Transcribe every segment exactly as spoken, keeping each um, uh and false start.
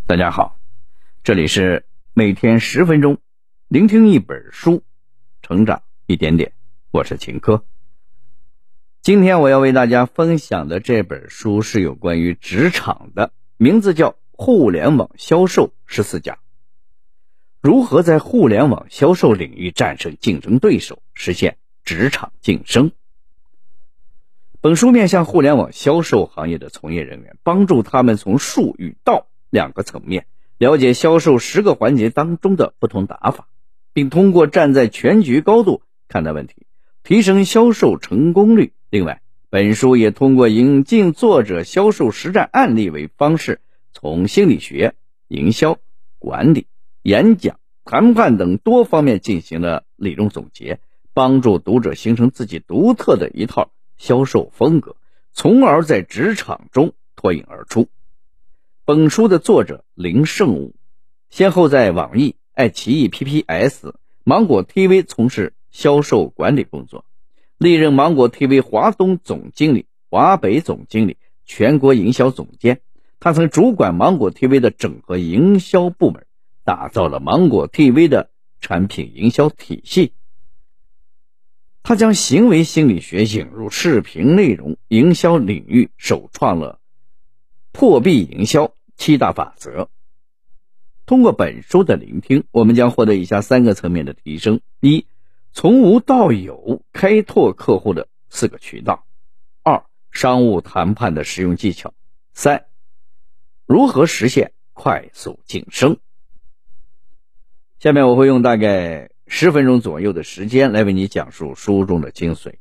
大家好，这里是每天十分钟，聆听一本书，成长一点点。我是秦科。今天我要为大家分享的这本书是有关于职场的，名字叫《互联网销售十四讲》，如何在互联网销售领域战胜竞争对手，实现职场晋升。本书面向互联网销售行业的从业人员，帮助他们从术与道两个层面了解销售十个环节当中的不同打法，并通过站在全局高度看待问题，提升销售成功率。另外，本书也通过引进作者销售实战案例为方式，从心理学、营销、管理、演讲、谈判等多方面进行了理论总结，帮助读者形成自己独特的一套销售风格，从而在职场中脱颖而出。本书的作者林胜武先后在网易、爱奇艺 P P S、 芒果 T V 从事销售管理工作，历任芒果 T V 华东总经理、华北总经理、全国营销总监。他曾主管芒果 T V 的整合营销部门，打造了芒果 T V 的产品营销体系。他将行为心理学引入视频内容营销领域，首创了破壁营销七大法则。通过本书的聆听，我们将获得以下三个层面的提升：一、从无到有开拓客户的四个渠道；二、商务谈判的实用技巧；三、如何实现快速晋升。下面我会用大概十分钟左右的时间来为你讲述书中的精髓。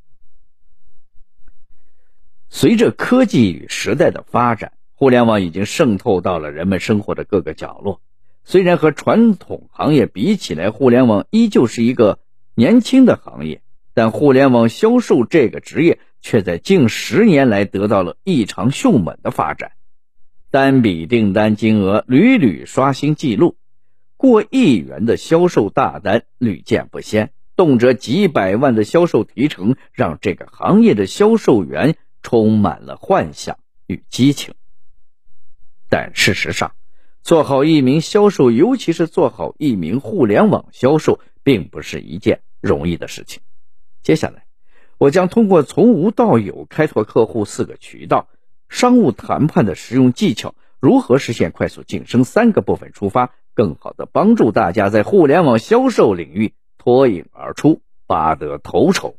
随着科技与时代的发展，互联网已经渗透到了人们生活的各个角落。虽然和传统行业比起来，互联网依旧是一个年轻的行业，但互联网销售这个职业却在近十年来得到了异常迅猛的发展，单笔订单金额屡屡刷新纪录，过亿元的销售大单屡见不鲜，动辄几百万的销售提成，让这个行业的销售员充满了幻想与激情。但事实上，做好一名销售，尤其是做好一名互联网销售，并不是一件容易的事情。接下来，我将通过从无到有开拓客户四个渠道、商务谈判的实用技巧、如何实现快速晋升三个部分出发，更好地帮助大家在互联网销售领域脱颖而出，拔得头筹。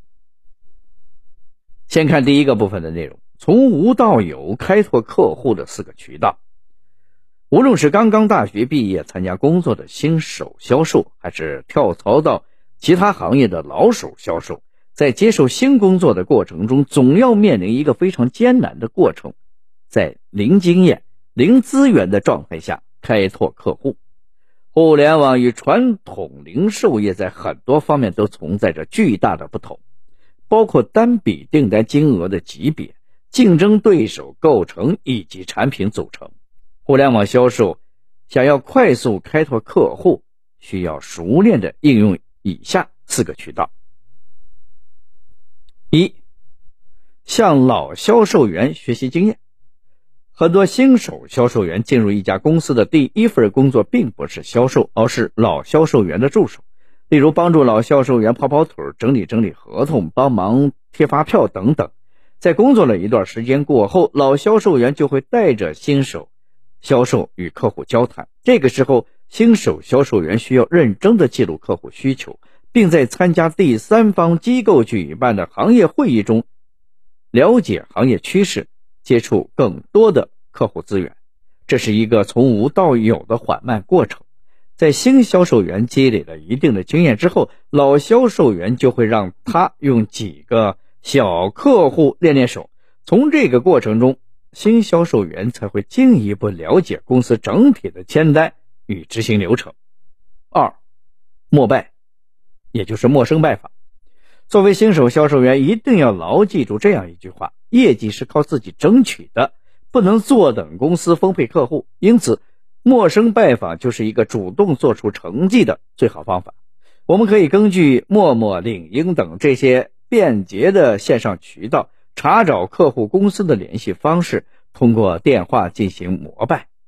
先看第一个部分的内容，从无到有开拓客户的四个渠道。无论是刚刚大学毕业参加工作的新手销售，还是跳槽到其他行业的老手销售，在接受新工作的过程中，总要面临一个非常艰难的过程，在零经验、零资源的状态下开拓客户。互联网与传统零售业在很多方面都存在着巨大的不同，包括单笔订单金额的级别、竞争对手构成以及产品组成。互联网销售想要快速开拓客户，需要熟练地应用以下四个渠道。一、向老销售员学习经验。很多新手销售员进入一家公司的第一份工作并不是销售，而是老销售员的助手，例如帮助老销售员跑跑腿、整理整理合同、帮忙贴发票等等。在工作了一段时间过后，老销售员就会带着新手销售与客户交谈，这个时候新手销售员需要认真地记录客户需求，并在参加第三方机构举办的行业会议中了解行业趋势，接触更多的客户资源。这是一个从无到有的缓慢过程。在新销售员积累了一定的经验之后，老销售员就会让他用几个小客户练练手，从这个过程中新销售员才会进一步了解公司整体的签单与执行流程。二、陌拜，也就是陌生拜访。作为新手销售员，一定要牢记住这样一句话：业绩是靠自己争取的，不能坐等公司分配客户。因此，陌生拜访就是一个主动做出成绩的最好方法。我们可以根据陌陌、领英等这些便捷的线上渠道查找客户公司的联系方式，通过电话进行膜拜。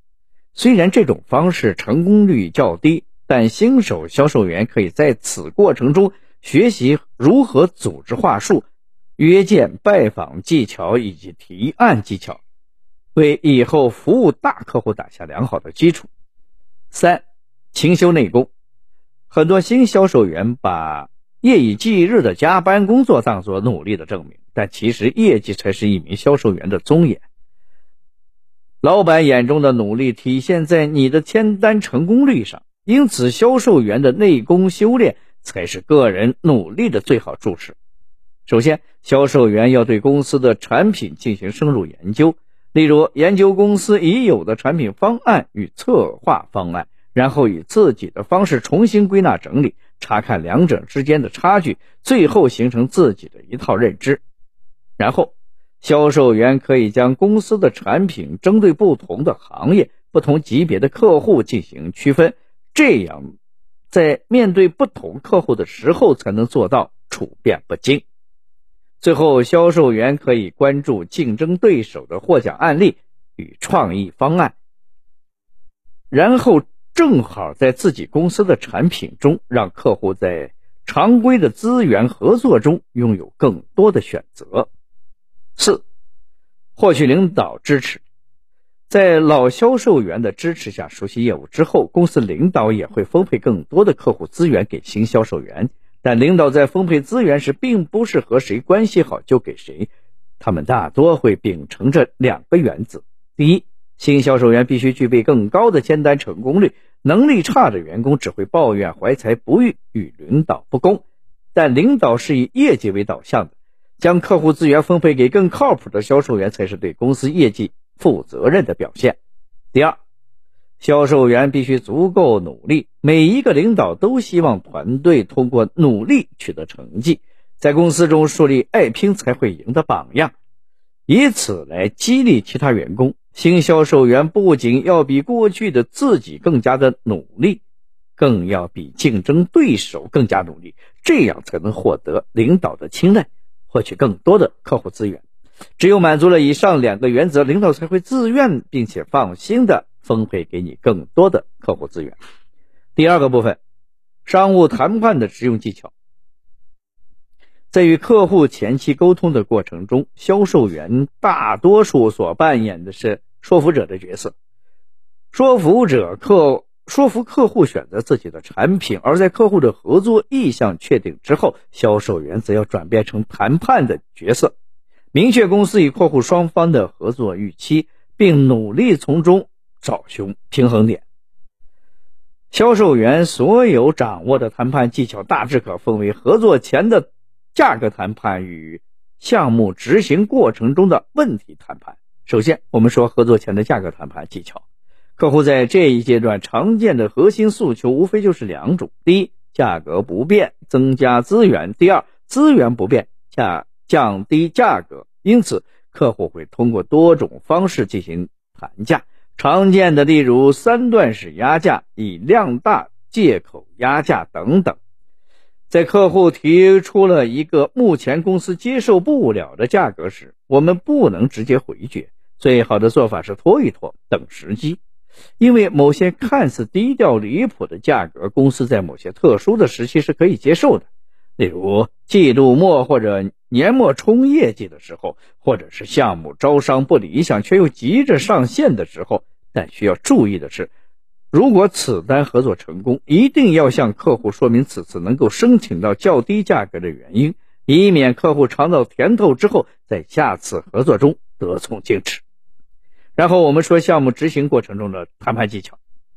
虽然这种方式成功率较低，但新手销售员可以在此过程中学习如何组织话术、约见、拜访技巧以及提案技巧，为以后服务大客户打下良好的基础。三、勤修内功。很多新销售员把夜以继日的加班工作当作努力的证明，但其实业绩才是一名销售员的宗眼。老板眼中的努力体现在你的签单成功率上，因此销售员的内功修炼才是个人努力的最好注释。首先，销售员要对公司的产品进行深入研究，例如研究公司已有的产品方案与策划方案，然后以自己的方式重新归纳整理，查看两者之间的差距，最后形成自己的一套认知。然后销售员可以将公司的产品针对不同的行业、不同级别的客户进行区分，这样在面对不同客户的时候才能做到处变不惊。最后，销售员可以关注竞争对手的获奖案例与创意方案，然后正好在自己公司的产品中让客户在常规的资源合作中拥有更多的选择。四、获取领导支持。在老销售员的支持下熟悉业务之后，公司领导也会分配更多的客户资源给新销售员，但领导在分配资源时并不是和谁关系好就给谁，他们大多会秉承着两个原则。第一，新销售员必须具备更高的签单成功率，能力差的员工只会抱怨怀才不遇，与领导不公，但领导是以业绩为导向的，将客户资源分配给更靠谱的销售员才是对公司业绩负责任的表现。第二，销售员必须足够努力，每一个领导都希望团队通过努力取得成绩，在公司中树立爱拼才会赢的榜样，以此来激励其他员工。新销售员不仅要比过去的自己更加的努力，更要比竞争对手更加努力，这样才能获得领导的青睐，获取更多的客户资源。只有满足了以上两个原则，领导才会自愿并且放心的分配给你更多的客户资源。第二个部分，商务谈判的实用技巧。在与客户前期沟通的过程中，销售员大多数所扮演的是说服者的角色。说服者客说服客户选择自己的产品，而在客户的合作意向确定之后，销售员则要转变成谈判的角色，明确公司与客户双方的合作预期，并努力从中找寻平衡点。销售员所有掌握的谈判技巧大致可分为合作前的价格谈判与项目执行过程中的问题谈判。首先，我们说合作前的价格谈判技巧。客户在这一阶段常见的核心诉求无非就是两种：第一，价格不变，增加资源；第二，资源不变，价降低价格。因此，客户会通过多种方式进行谈价，常见的例如三段式压价、以量大借口压价等等。在客户提出了一个目前公司接受不了的价格时，我们不能直接回绝，最好的做法是拖一拖，等时机。因为某些看似低调离谱的价格，公司在某些特殊的时期是可以接受的，例如季度末或者年末冲业绩的时候，或者是项目招商不理想却又急着上线的时候。但需要注意的是，如果此单合作成功，一定要向客户说明此次能够申请到较低价格的原因，以免客户尝到甜头之后在下次合作中得寸进尺。然后我们说项目执行过程中的谈判技巧。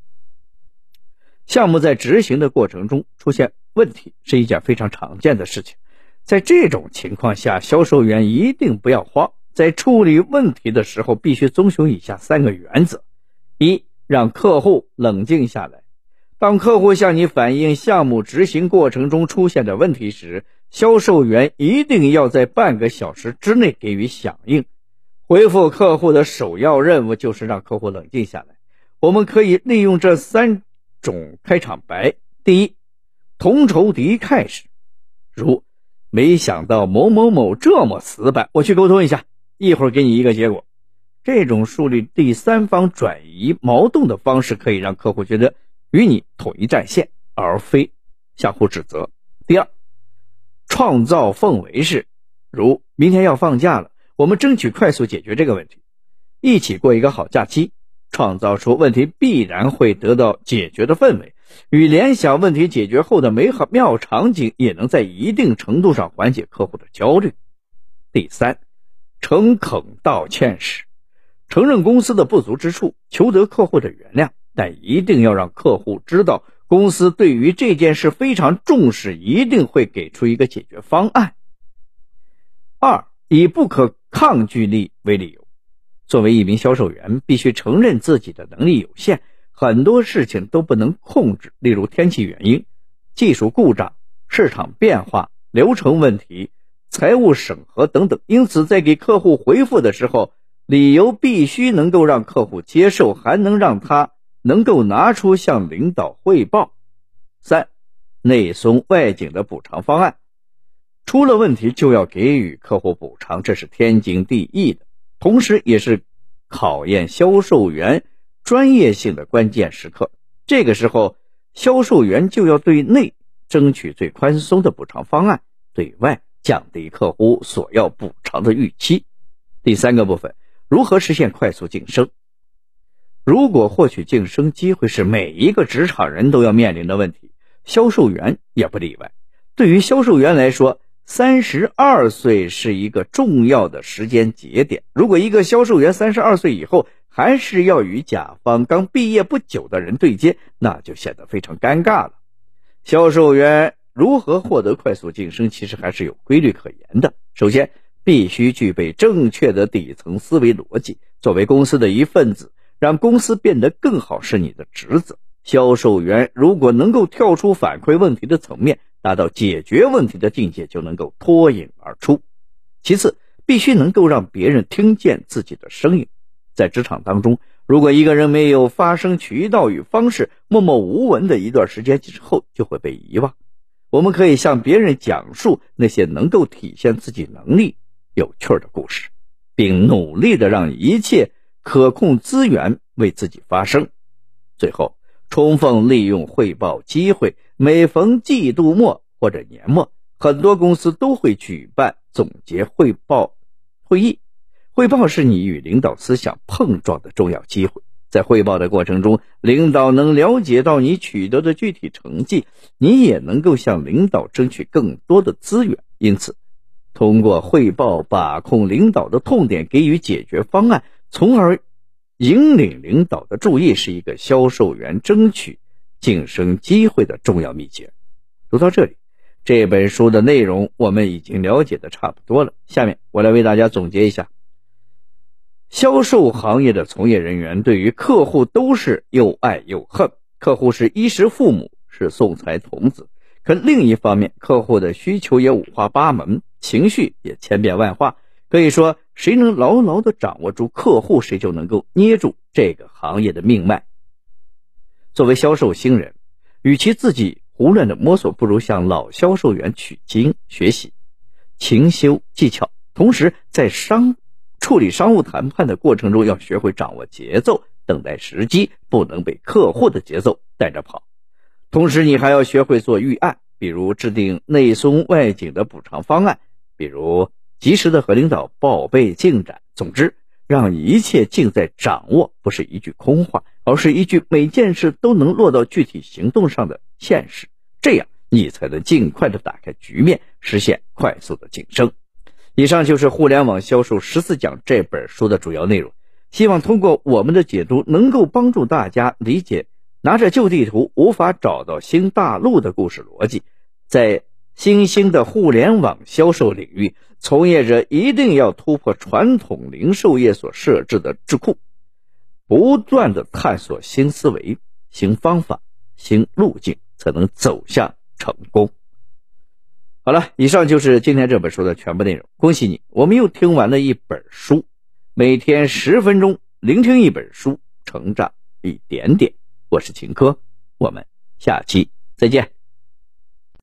项目在执行的过程中出现问题是一件非常常见的事情，在这种情况下，销售员一定不要慌，在处理问题的时候必须遵循以下三个原则。一，让客户冷静下来。当客户向你反映项目执行过程中出现的问题时，销售员一定要在半个小时之内给予响应。回复客户的首要任务就是让客户冷静下来。我们可以利用这三种开场白。第一，同仇敌忾时，如没想到某某某这么死板，我去沟通一下，一会儿给你一个结果。 这种树立第三方转移矛盾的方式，可以让客户觉得与你统一战线，而非相互指责。第二，创造氛围是，如明天要放假了，我们争取快速解决这个问题，一起过一个好假期，创造出问题必然会得到解决的氛围，与联想问题解决后的美妙场景，也能在一定程度上缓解客户的焦虑。第三，诚恳道歉时，承认公司的不足之处，求得客户的原谅，但一定要让客户知道公司对于这件事非常重视，一定会给出一个解决方案。二，以不可抗拒力为理由。作为一名销售员，必须承认自己的能力有限，很多事情都不能控制，例如天气原因、技术故障、市场变化、流程问题、财务审核等等。因此在给客户回复的时候，理由必须能够让客户接受，还能让他能够拿出向领导汇报。三，内松外紧的补偿方案。出了问题就要给予客户补偿，这是天经地义的，同时也是考验销售员专业性的关键时刻。这个时候，销售员就要对内争取最宽松的补偿方案，对外降低客户所要补偿的预期。第三个部分，如何实现快速晋升。如果获取晋升机会是每一个职场人都要面临的问题，销售员也不例外。对于销售员来说，三十二岁是一个重要的时间节点。如果一个销售员三十二岁以后还是要与甲方刚毕业不久的人对接，那就显得非常尴尬了。销售员如何获得快速晋升，其实还是有规律可言的。首先，必须具备正确的底层思维逻辑，作为公司的一份子，让公司变得更好是你的职责。销售员如果能够跳出反馈问题的层面，达到解决问题的境界，就能够脱颖而出。其次，必须能够让别人听见自己的声音。在职场当中，如果一个人没有发声渠道与方式，默默无闻的一段时间之后就会被遗忘。我们可以向别人讲述那些能够体现自己能力有趣的故事，并努力的让一切可控资源为自己发声。最后，充分利用汇报机会。每逢季度末或者年末，很多公司都会举办总结汇报会议。汇报是你与领导思想碰撞的重要机会。在汇报的过程中，领导能了解到你取得的具体成绩，你也能够向领导争取更多的资源。因此，通过汇报把控领导的痛点，给予解决方案，从而引领领导的注意，是一个销售员争取晋升机会的重要秘诀。读到这里，这本书的内容我们已经了解的差不多了。下面我来为大家总结一下。销售行业的从业人员对于客户都是又爱又恨，客户是衣食父母，是送财童子。可另一方面，客户的需求也五花八门，情绪也千变万化。可以说，谁能牢牢地掌握住客户，谁就能够捏住这个行业的命脉。作为销售新人，与其自己胡乱的摸索，不如向老销售员取经学习，勤修技巧。同时在商处理商务谈判的过程中，要学会掌握节奏，等待时机，不能被客户的节奏带着跑。同时你还要学会做预案，比如制定内松外紧的补偿方案，比如及时的和领导报备进展。总之，让一切尽在掌握，不是一句空话，而是一句每件事都能落到具体行动上的现实。这样你才能尽快的打开局面，实现快速的晋升。以上就是互联网销售十四讲这本书的主要内容，希望通过我们的解读能够帮助大家理解拿着旧地图无法找到新大陆的故事逻辑。在新兴的互联网销售领域，从业者一定要突破传统零售业所设置的桎梏，不断的探索新思维、新方法、新路径，才能走向成功。好了，以上就是今天这本书的全部内容。恭喜你，我们又听完了一本书。每天十分钟，聆听一本书，成长一点点。我是秦科，我们下期再见。